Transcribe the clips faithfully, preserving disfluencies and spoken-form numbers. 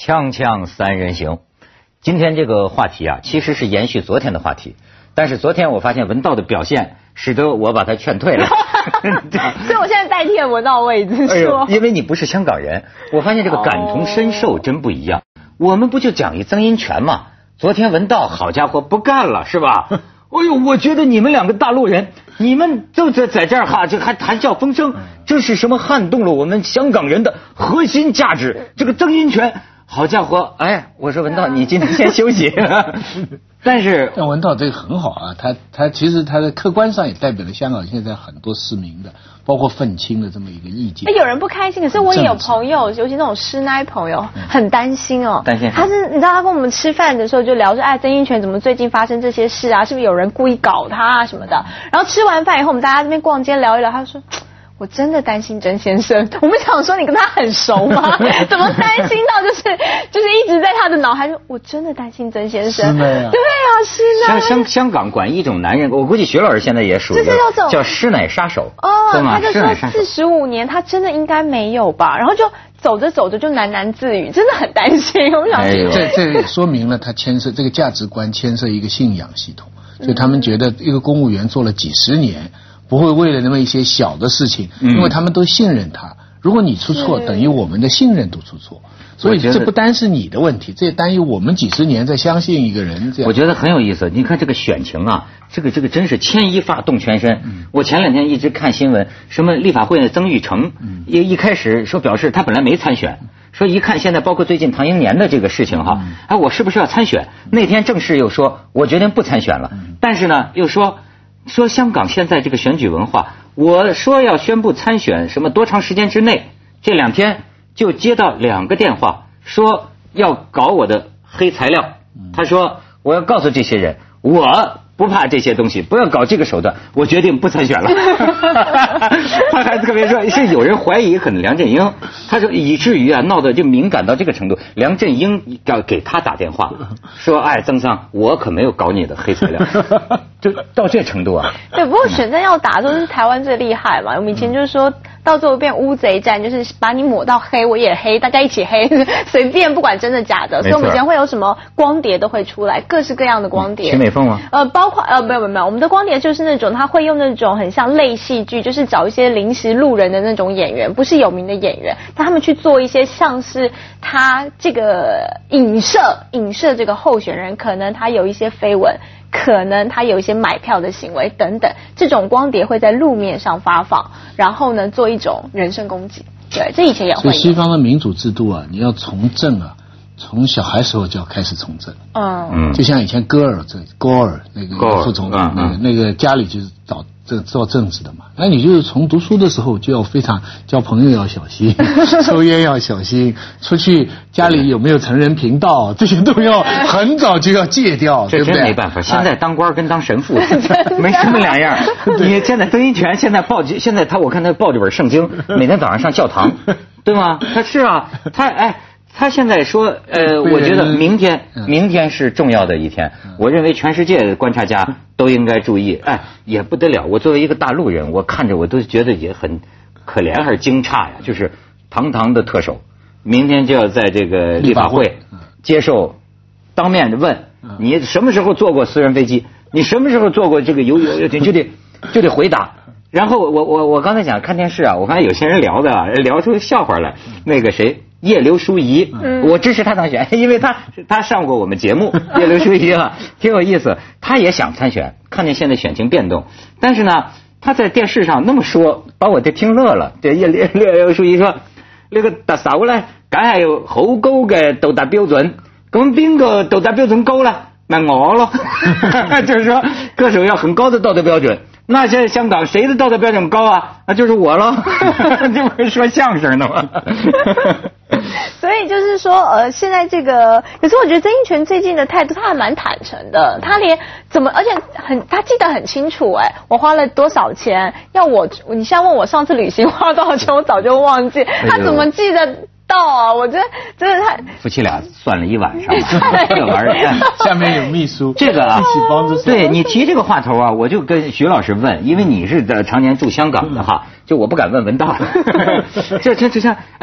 锵锵三人行，今天这个话题啊，其实是延续昨天的话题，但是昨天我发现文道的表现，使得我把他劝退了。 所以我现在代替了文道位置说、哎呦， 因为你不是香港人，我发现这个感同身受真不一样。哦、我们不就讲一曾荫权吗？昨天文道好家伙不干了是吧？哎呦，我觉得你们两个大陆人，你们就在在这儿哈，这还谈笑风生，这是什么撼动了我们香港人的核心价值？这个曾荫权，好家伙，哎，我说文道，你今天先休息。但是， 但文道这个很好啊，他他其实他在客观上也代表了香港现在很多市民的，包括愤青的这么一个意见。 有人不开心，可是我也有朋友，尤其那种师奶朋友，很担心哦。 担心他是你知道，他跟我们吃饭的时候就聊说，哎，曾荫权怎么最近发生这些事啊？是不是有人故意搞他啊什么的？然后吃完饭以后，我们大家这边逛街聊一聊，他说。我真的担心曾先生，我们想说你跟他很熟吗？怎么担心到就是就是一直在他的脑海中？我真的担心曾先生。 是的呀。 对啊，是的。 香香香港管一种男人，我估计徐老师现在也属于叫叫师奶杀手。 哦，他就说四十五年，他真的应该没有吧？然后就走着走着就喃喃自语，真的很担心。我想， 哎、这这也说明了他牵涉这个价值观，牵涉一个信仰系统，所以他们觉得一个公务员做了几十年。不会为了那么一些小的事情，因为他们都信任他。如果你出错，等于我们的信任度出错。所以这不单是你的问题，这也单于我们几十年在相信一个人。这样我觉得很有意思。你看这个选情啊，这个这个真是牵一发动全身。嗯、我前两天一直看新闻，什么立法会的曾钰成，一、嗯、一开始说表示他本来没参选，说一看现在包括最近唐英年的这个事情哈，嗯、哎，我是不是要参选？那天正式又说我决定不参选了，嗯、但是呢又说。说香港现在这个选举文化，我说要宣布参选，什么多长时间之内？这两天就接到两个电话，说要搞我的黑材料。他说我要告诉这些人，我不怕这些东西，不要搞这个手段，我决定不参选了。他还特别说，是有人怀疑可能梁振英，他说以至于啊闹得就敏感到这个程度，梁振英要给他打电话说，哎，曾桑，我可没有搞你的黑材料。就到这程度啊！ 对，不过选战要打的时候是台湾最厉害嘛。我们以前就是说到最后变乌贼战，就是把你抹到黑，我也黑，大家一起黑，随便不管真的假的。所以我们以前会有什么光碟都会出来，各式各样的光碟。 徐美凤吗？ 呃，包括呃没有没有没有，我们的光碟就是那种他会用那种很像类戏剧，就是找一些临时路人的那种演员，不是有名的演员，但他们去做一些像是他这个影射影射这个候选人，可能他有一些绯闻。可能他有一些买票的行为等等，这种光碟会在路面上发放，然后呢做一种人身攻击。对，这以前也会有。 所以西方的民主制度啊，你要从政啊，从小孩时候就要开始从政。嗯，就像以前戈尔这戈尔那个副总统，那个那个家里就是搞这做政治的嘛。那你就是从读书的时候就要非常交朋友要小心，抽烟要小心，出去家里有没有成人频道，这些都要很早就要戒掉，对不对？ 这真没办法，现在当官跟当神父没什么两样。你现在曾荫权现在抱着，现在他我看他抱着本圣经，每天早上上教堂，对吗？他是啊，他哎。他现在说，呃，我觉得明天，明天是重要的一天。我认为全世界的观察家都应该注意。哎，也不得了。我作为一个大陆人，我看着我都觉得也很可怜还是惊诧呀。就是堂堂的特首，明天就要在这个立法会接受当面的问，你什么时候坐过私人飞机？你什么时候坐过这个游游艇？就得就得回答。然后我我我刚才讲看电视啊，我发现有些人聊的啊，聊出笑话来。那个谁？叶刘淑仪，嗯、我支持他当选，因为他他上过我们节目，叶刘淑仪啊，挺有意思。他也想参选，看见现在选情变动，但是呢，他在电视上那么说，把我就听乐了。对叶叶刘淑仪說：呢個特首咧，梗係好高嘅道德標準，咁邊個道德標準高咧？咪我咯，就是說歌手要很高的道德標準。那现在香港谁的道德标准高啊？那就是我了，这不是说相声的吗？ 所以就是说，呃，现在这个，可是我觉得曾荫权最近的态度，他还蛮坦诚的，他连怎么，而且很，他记得很清楚，哎，我花了多少钱？要我，你现在问我上次旅行花多少钱，我早就忘记，他怎么记得？到啊！我觉得真的太夫妻俩算了一晚上，这玩意儿下面有秘书， 这个啊， 一起帮着。 对你提这个话头啊，我就跟徐老师问，因为你是在常年住香港的哈，就我不敢问文道。这这这像哎，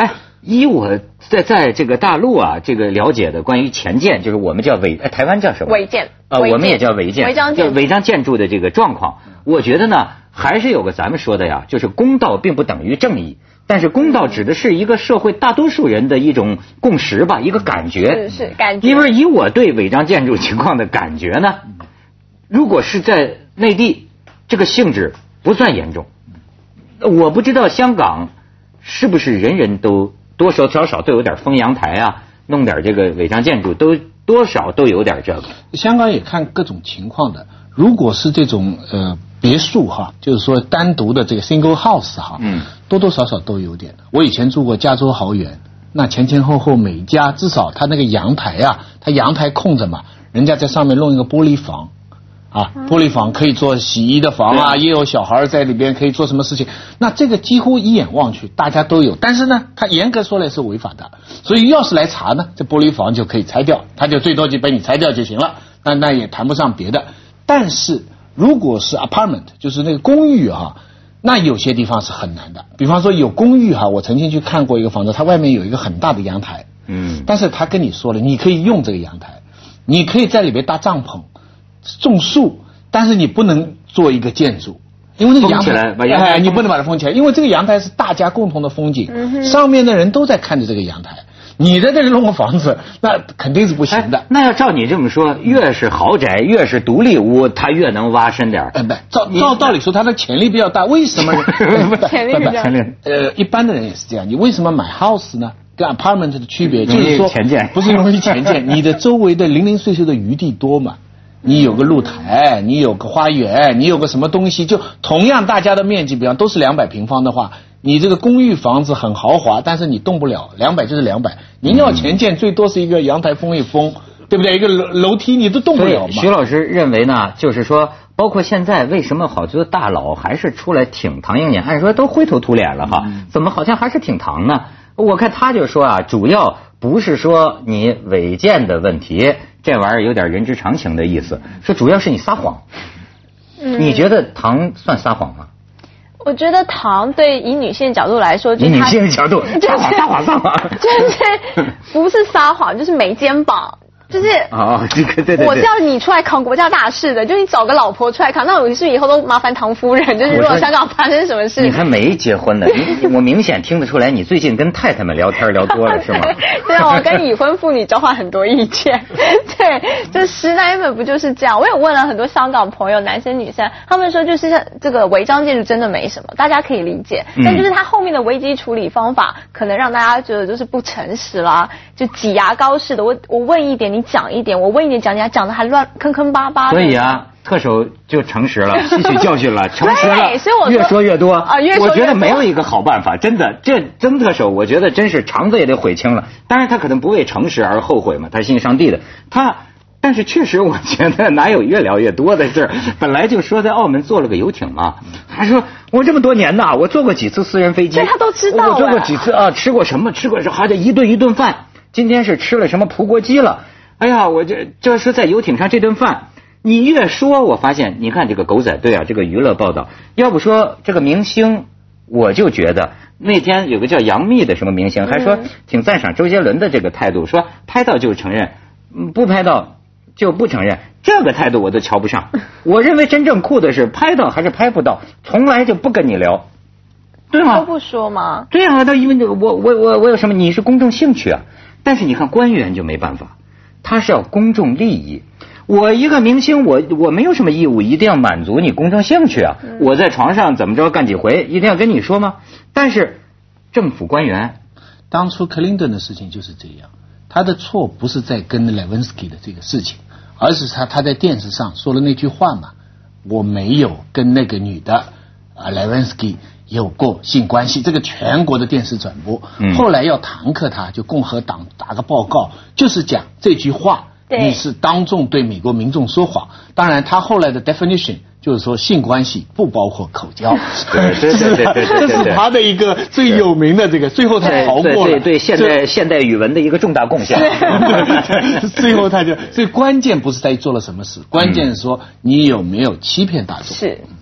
依我在在这个大陆啊，这个了解的关于前建，就是我们叫违，台湾叫什么？ 违建。 啊，我们也叫违建。 违章建筑。 违章建筑的这个状况，我觉得呢，还是有个咱们说的呀，就是公道并不等于正义。但是公道指的是一个社会大多数人的一种共识吧，一个感觉。 是是感觉。 因为以我对违章建筑情况的感觉呢，如果是在内地，这个性质不算严重。我不知道香港是不是人人都多多少少都有点封阳台啊，弄点这个违章建筑，都多少都有点这个。 香港也看各种情况的，如果是这种呃。别墅哈，就是说单独的这个 single house 哈，嗯，多多少少都有点。我以前住过加州豪园，那前前后后每家至少它那个阳台啊，它阳台空着嘛，人家在上面弄一个玻璃房，啊，玻璃房可以做洗衣的房啊，也有小孩在里边可以做什么事情。那这个几乎一眼望去大家都有，但是呢，它严格说来是违法的，所以要是来查呢，这玻璃房就可以拆掉，它就最多就被你拆掉就行了，那那也谈不上别的。但是如果是 apartment， 就是那个公寓哈，那有些地方是很难的。比方说有公寓哈，我曾经去看过一个房子，它外面有一个很大的阳台，嗯，但是他跟你说了，你可以用这个阳台，你可以在里边搭帐篷、种树，但是你不能做一个建筑，因为那个阳台，哎，你不能把它封起来，因为这个阳台是大家共同的风景，嗯、上面的人都在看着这个阳台。你在这里弄个房子，那肯定是不行的。 哎、那要照你这么说，越是豪宅，越是独立屋，它越能挖深点。 哎，不，照照道理说，它的潜力比较大。为什么？ 潜力比较大。 呃，一般的人也是这样。你为什么买 house 呢？跟 apartment 的区别就是说， 前建不是容易前建，你的周围的零零碎碎的余地多嘛。你有个露台，你有个花园，你有个什么东西，就同样大家的面积，比方都是两百平方的话，你这个公寓房子很豪华，但是你动不了，两百就是两百。您要前建，最多是一个阳台封一封，对不对？一个楼楼梯你都动不了嘛。 徐老师认为呢，就是说，包括现在为什么好多大佬还是出来挺唐英年，按说都灰头土脸了哈，嗯、怎么好像还是挺唐呢？我看他就说啊，主要不是说你违建的问题。这玩意儿有点人之常情的意思，说主要是你撒谎。嗯、你觉得唐算撒谎吗？ 我觉得唐对以女性角度来说，就以女性角度，撒谎撒谎撒谎， 就是不是撒谎，就是没肩膀。就是哦，这个对对对， 我叫你出来扛国家大事的，就你找个老婆出来扛，那我是不是以后都麻烦唐夫人？就是如果香港发生什么事， 你还没结婚呢，你我明显听得出来，你最近跟太太们聊天聊多了是吗？ 对啊，我跟已婚妇女交换很多意见。对，就实乃本不就是这样？我有问了很多香港朋友，男生女生，他们说就是这个违章建筑真的没什么，大家可以理解，但就是他后面的危机处理方法，可能让大家觉得就是不诚实啦，就挤牙膏似的。我我问一点，你讲一点，我问一点，讲讲讲的还乱坑坑巴巴的。 所以啊，特首就诚实了，吸取教训了，诚实了， 所以我越说越多啊，越说越多。 我觉得没有一个好办法，真的，这曾特首，我觉得真是肠子也得悔青了。当然，他可能不为诚实而后悔嘛，他信上帝的，他。但是确实，我觉得哪有越聊越多的事儿？本来就说在澳门坐了个游艇嘛，还说我这么多年呐，我坐过几次私人飞机， 对他都知道。 我坐过几次啊，吃过什么？吃过什么？还得一顿一顿饭。今天是吃了什么葡国鸡了？哎呀，我这这是在游艇上这顿饭，你越说，我发现，你看这个狗仔队啊，这个娱乐报道，要不说这个明星，我就觉得那天有个叫杨幂的什么明星，还说挺赞赏周杰伦的这个态度，说拍到就承认，不拍到就不承认，这个态度我都瞧不上。我认为真正酷的是拍到还是拍不到，从来就不跟你聊，对吗？ 都不说吗？ 对啊，他因为我我我我有什么？你是公众兴趣啊，但是你看官员就没办法，他是要公众利益。我一个明星，我我没有什么义务一定要满足你公众兴趣啊。嗯、我在床上怎么着干几回，一定要跟你说吗？但是政府官员， 当初克林顿的事情就是这样。他的错不是在跟 Lewinsky 的这个事情，而是他他在电视上说了那句话嘛，我没有跟那个女的啊 Lewinsky 有过性关系，这个全国的电视转播，嗯、后来要弹劾他，就共和党打个报告，就是讲这句话你是当众对美国民众说谎。当然他后来的 definition就是说性关系不包括口交， 对对对对对， 这是他的一个最有名的这个，最后他逃过了， 对对对，现代现代语文的一个重大贡献。 最后他就，所以关键不是在于做了什么事，关键是说你有没有欺骗大众。 是， 对，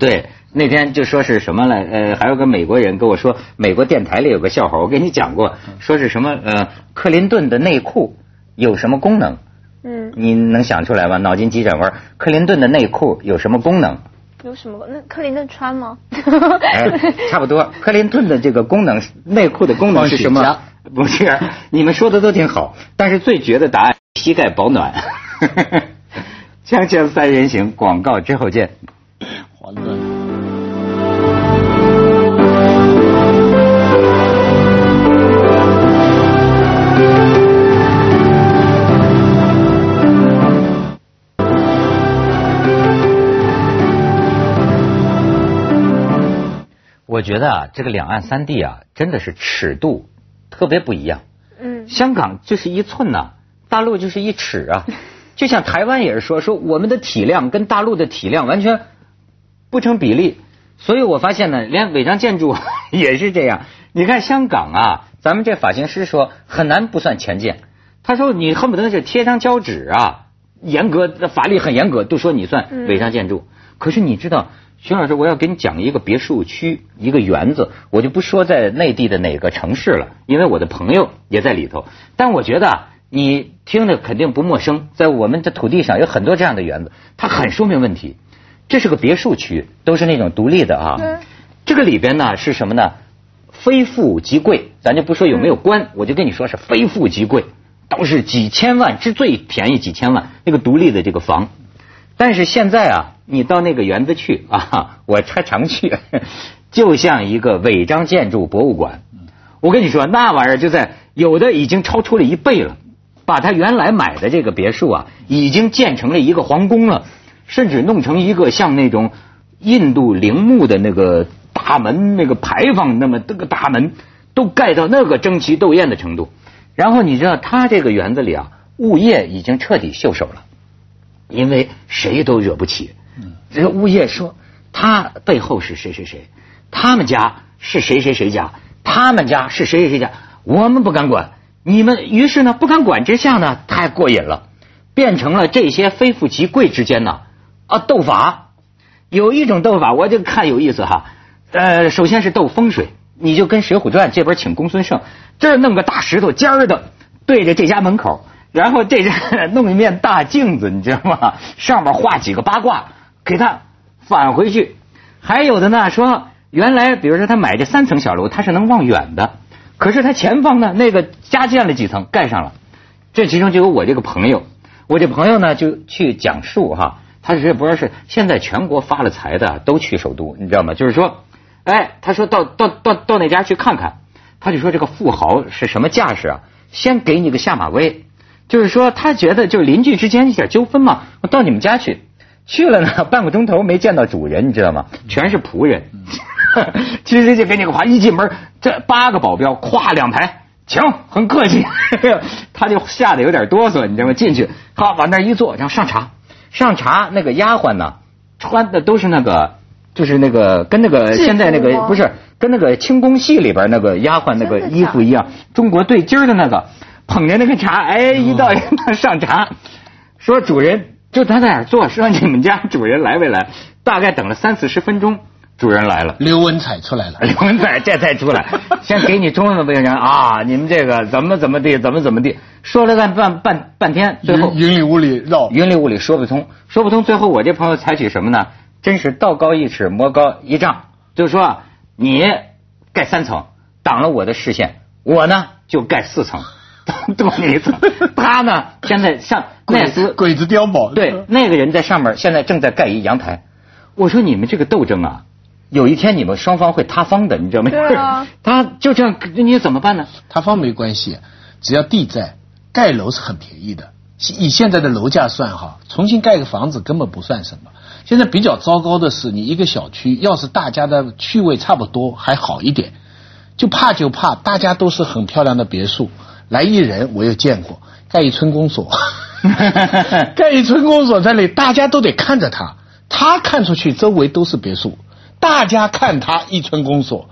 那天就说是什么来？呃，还有个美国人跟我说，美国电台里有个笑话，我给你讲过，说是什么？呃，克林顿的内裤有什么功能？嗯，你能想出来吗？脑筋急转弯，克林顿的内裤有什么功能？ 有什么？那克林顿穿吗？ 哎，差不多。克林顿的这个功能，内裤的功能是什么？不是，你们说的都挺好，但是最绝的答案，膝盖保暖。锵锵三人行，广告之后见。华乐。我觉得啊，这个两岸三地啊，真的是尺度特别不一样。嗯，香港就是一寸呐、啊，大陆就是一尺啊。就像台湾也是说，说我们的体量跟大陆的体量完全不成比例。所以我发现呢，连违章建筑也是这样。你看香港啊，咱们这发型师说很难不算前建。他说你恨不得是贴张胶纸啊，严格法律很严格，都说你算违章建筑。嗯、可是你知道？徐老师，我要给你讲一个别墅区，一个园子，我就不说在内地的哪个城市了，因为我的朋友也在里头。但我觉得你听着肯定不陌生，在我们的土地上有很多这样的园子，它很说明问题。这是个别墅区，都是那种独立的啊。嗯、这个里边呢是什么呢？非富即贵，咱就不说有没有官，嗯、我就跟你说是非富即贵，都是几千万之最便宜几千万那个独立的这个房。但是现在啊，你到那个园子去啊，我还常去，就像一个违章建筑博物馆。我跟你说，那玩意儿就在有的已经超出了一倍了，把他原来买的这个别墅啊，已经建成了一个皇宫了，甚至弄成一个像那种印度陵墓的那个大门那个牌坊，那么这个大门都盖到那个争奇斗艳的程度。然后你知道，他这个园子里啊，物业已经彻底袖手了。因为谁都惹不起，这物业说他背后是谁谁谁，他们家是谁谁谁家，他们家是谁谁谁家，我们不敢管，你们于是呢不敢管之下呢，太过瘾了，变成了这些非富即贵之间呢啊斗法。有一种斗法我就看有意思哈，呃，首先是斗风水，你就跟《水浒传》这边请公孙胜，这儿弄个大石头尖儿的对着这家门口。然后这这弄一面大镜子，你知道吗？上面画几个八卦，给他返回去。还有的呢，说原来比如说他买这三层小楼，他是能望远的，可是他前方呢那个加建了几层，盖上了。这其中就有我这个朋友，我这朋友呢就去讲述哈，他是不知道是现在全国发了财的都去首都，你知道吗？就是说，哎，他说到到到到那家去看看，他就说这个富豪是什么架势啊？先给你个下马威。就是说，他觉得就是邻居之间一点纠纷嘛，我到你们家去，去了呢，半个钟头没见到主人，你知道吗？全是仆人。其实就给你个话，一进门这八个保镖，咵两排，请，很客气，他就吓得有点哆嗦，你知道吗？进去，好往那一坐，然后上茶，上茶那个丫鬟呢，穿的都是那个，就是那个跟那个现在那个不是跟那个清宫戏里边那个丫鬟那个衣服一样，中国对襟的那个。捧着那个茶，哎，一道一道上茶，说主人就他在那儿坐，说你们家主人来没来？大概等了三四十分钟，主人来了， 刘文彩出来了， 刘文彩这才出来，先给你中文背人啊，你们这个怎么怎么地，怎么怎么地，说了半半半半天，最后云里雾里绕， 云里雾里说不通，说不通，最后我这朋友采取什么呢？真是道高一尺，魔高一丈，就是说你盖三层，挡了我的视线，我呢就盖四层。多你一层，他呢现在上那斯鬼子碉堡， 对，那个人在上面现在正在盖一阳台。我说你们这个斗争啊，有一天你们双方会塌方的，你知道吗？ 对啊， 他就这样，你怎么办呢？ 塌方没关系，只要地在，盖楼是很便宜的。以现在的楼价算哈，重新盖个房子根本不算什么。现在比较糟糕的是，你一个小区要是大家的区位差不多还好一点，就怕就怕大家都是很漂亮的别墅。来一人我又见过，盖一村公所，盖一村公所在那里，大家都得看着他，他看出去周围都是别墅，大家看他一村公所，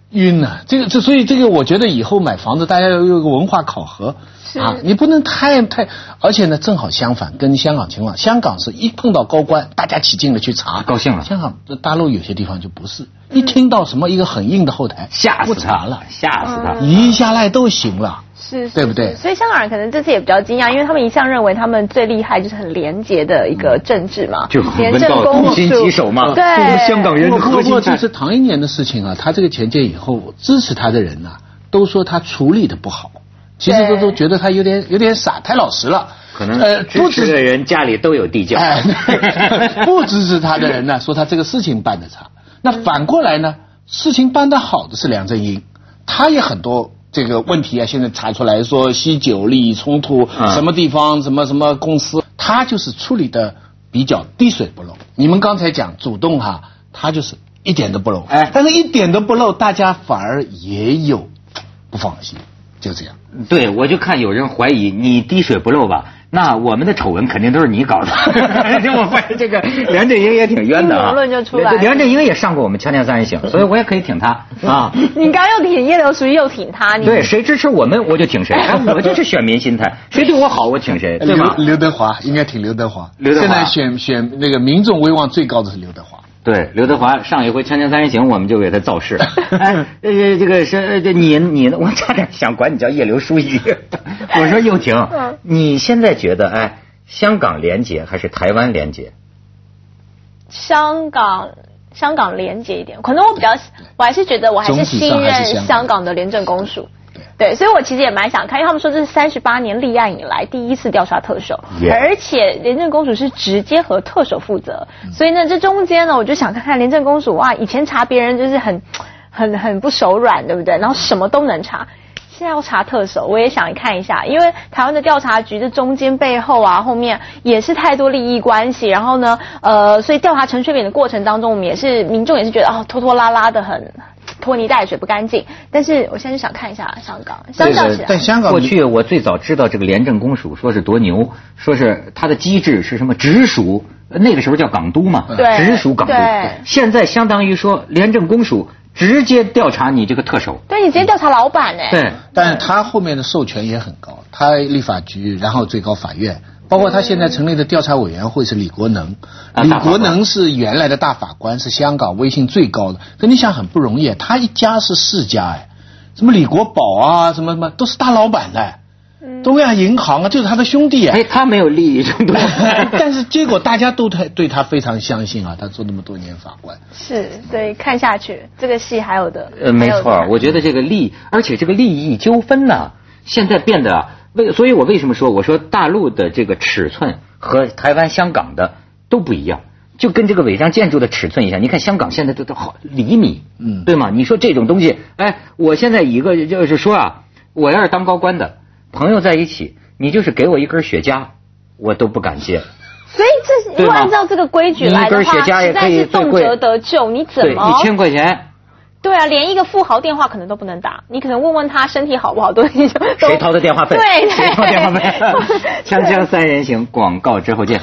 晕了，这个这所以这个我觉得以后买房子大家要有个文化考核啊，你不能太太，而且呢正好相反，跟香港情况，香港是一碰到高官，大家起劲的去查， 高兴了。 香港大陆有些地方就不是，一听到什么一个很硬的后台， 吓死他了， 吓死他， 移下来都行了。 是， 对不对？ 所以香港人可能这次也比较惊讶，因为他们一向认为他们最厉害就是很廉洁的一个政治嘛， 就廉政公署，棘手嘛。 对， 香港人的核心。 这是唐英年的事情啊，他这个前届以后支持他的人呐、啊，都说他处理的不好，其实都都觉得他有点有点傻，太老实了。 可能呃，支持的人家里都有地窖。 哎，不支持他的人呢，说他这个事情办得差。那反过来呢，事情办得好的是梁振英，他也很多。这个问题啊，现在查出来说西九利益冲突，嗯、什么地方什么什么公司，他就是处理的比较滴水不漏。你们刚才讲主动哈，他就是一点都不漏，哎，但是一点都不漏，大家反而也有不放心，就这样。 对，我就看有人怀疑你滴水不漏吧，那我们的丑闻肯定都是你搞的。我发现这个梁振英也挺冤的啊， 论就出来了。 梁振英也上过我们锵锵三人行，所以我也可以挺他啊。 你刚又挺叶刘淑仪，又挺他，你对谁支持我们我就挺谁，哎，我就是选民心态，谁对我好我挺谁，对吗？ 刘德华应该挺刘德华， 刘德华现在选选那个民众威望最高的是刘德华。 对，刘德华上一回锵锵三人行，我们就给他造势。哎，呃，这个是这你你，我差点想管你叫叶刘书记。我说又婷，你现在觉得哎，香港廉洁还是台湾廉洁？ 香港香港廉洁一点，可能我比较，我还是觉得我还是信任香港的廉政公署。对，所以我其实也蛮想看，因为他们说这是三十八年立案以来第一次调查特首， yeah. 而且廉政公署是直接和特首负责，嗯、所以呢，这中间呢，我就想看看廉政公署哇，以前查别人就是很很很不手软，对不对？然后什么都能查，现在要查特首，我也想看一下，因为台湾的调查局这中间背后啊，后面也是太多利益关系，然后呢，呃，所以调查陈水扁的过程当中，我们也是民众也是觉得哦，拖拖拉拉的很。拖泥带水不干净，但是我现在就想看一下香港，相较起来， 在香港过去我最早知道这个廉政公署说是多牛，说是它的机制是什么直属，那个时候叫港督嘛，直属港督，现在相当于说廉政公署直接调查你这个特首， 对你直接调查老板哎， 对， 但是他后面的授权也很高，他立法局，然后最高法院。包括他现在成立的调查委员会是李国能，李国能是原来的大法官，是香港威信最高的。可你想很不容易，他一家是世家哎，什么李国宝啊，什么什么都是大老板的，东亚银行啊就是他的兄弟哎， 他没有利益冲突， 但是结果大家都对他非常相信啊，他做那么多年法官。 是，所以看下去这个戏还有的。 呃，没错，我觉得这个利，而且这个利益纠纷呢，现在变得。为，所以我为什么说，我说大陆的这个尺寸和台湾、香港的都不一样，就跟这个违章建筑的尺寸一样。你看香港现在都都好厘米，嗯，对吗？你说这种东西，哎，我现在一个就是说啊，我要是当高官的，朋友在一起，你就是给我一根雪茄，我都不敢接。 所以这如果按照这个规矩来的话， 一根雪茄也可以最贵， 动辄得救，你怎么对一千块钱？ 对啊，连一个富豪电话可能都不能打，你可能问问他身体好不好，都谁掏的电话费？ 对， 谁掏电话费？锵锵三人行，广告之后见。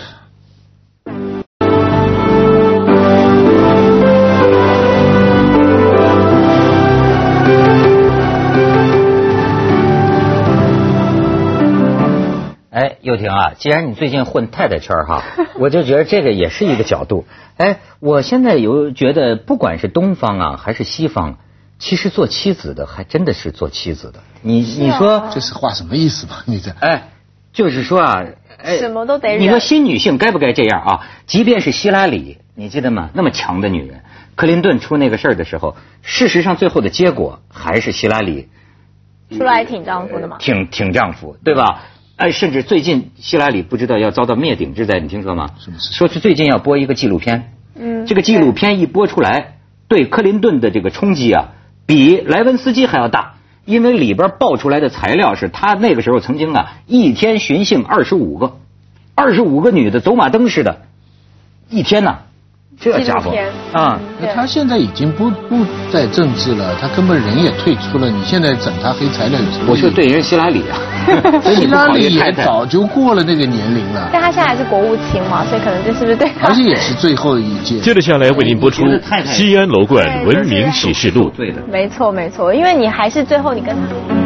哎，又婷啊，既然你最近混太太圈哈，我就觉得这个也是一个角度。哎，我现在有觉得，不管是东方啊还是西方，其实做妻子的还真的是做妻子的。你你说这是话什么意思吧？你这哎，就是说啊，哎， 什么都得忍。 你说新女性该不该这样啊？即便是希拉里，你记得吗？那么强的女人，克林顿出那个事儿的时候，事实上最后的结果还是希拉里出来挺丈夫的嘛， 挺挺丈夫，对吧？哎，甚至最近希拉里不知道要遭到灭顶之灾，你听说吗？ 是不是？ 说是最近要播一个纪录片，嗯，这个纪录片一播出来，对克林顿的这个冲击啊，比莱文斯基还要大，因为里边爆出来的材料是他那个时候曾经啊，一天寻衅二十五个，二十五个女的走马灯似的，一天呐、啊， 这家伙啊， 他现在已经不不在政治了，他根本人也退出了。你现在整他黑材料有什么？ 我就对人希拉里啊， 希拉里也早就过了那个年龄了。 但他现在还是国务卿嘛，所以可能这是不是对？ 而且也是最后一届。 接着下来为您播出《西安楼冠文明启示录》。 没错没错，因为你还是最后你跟他。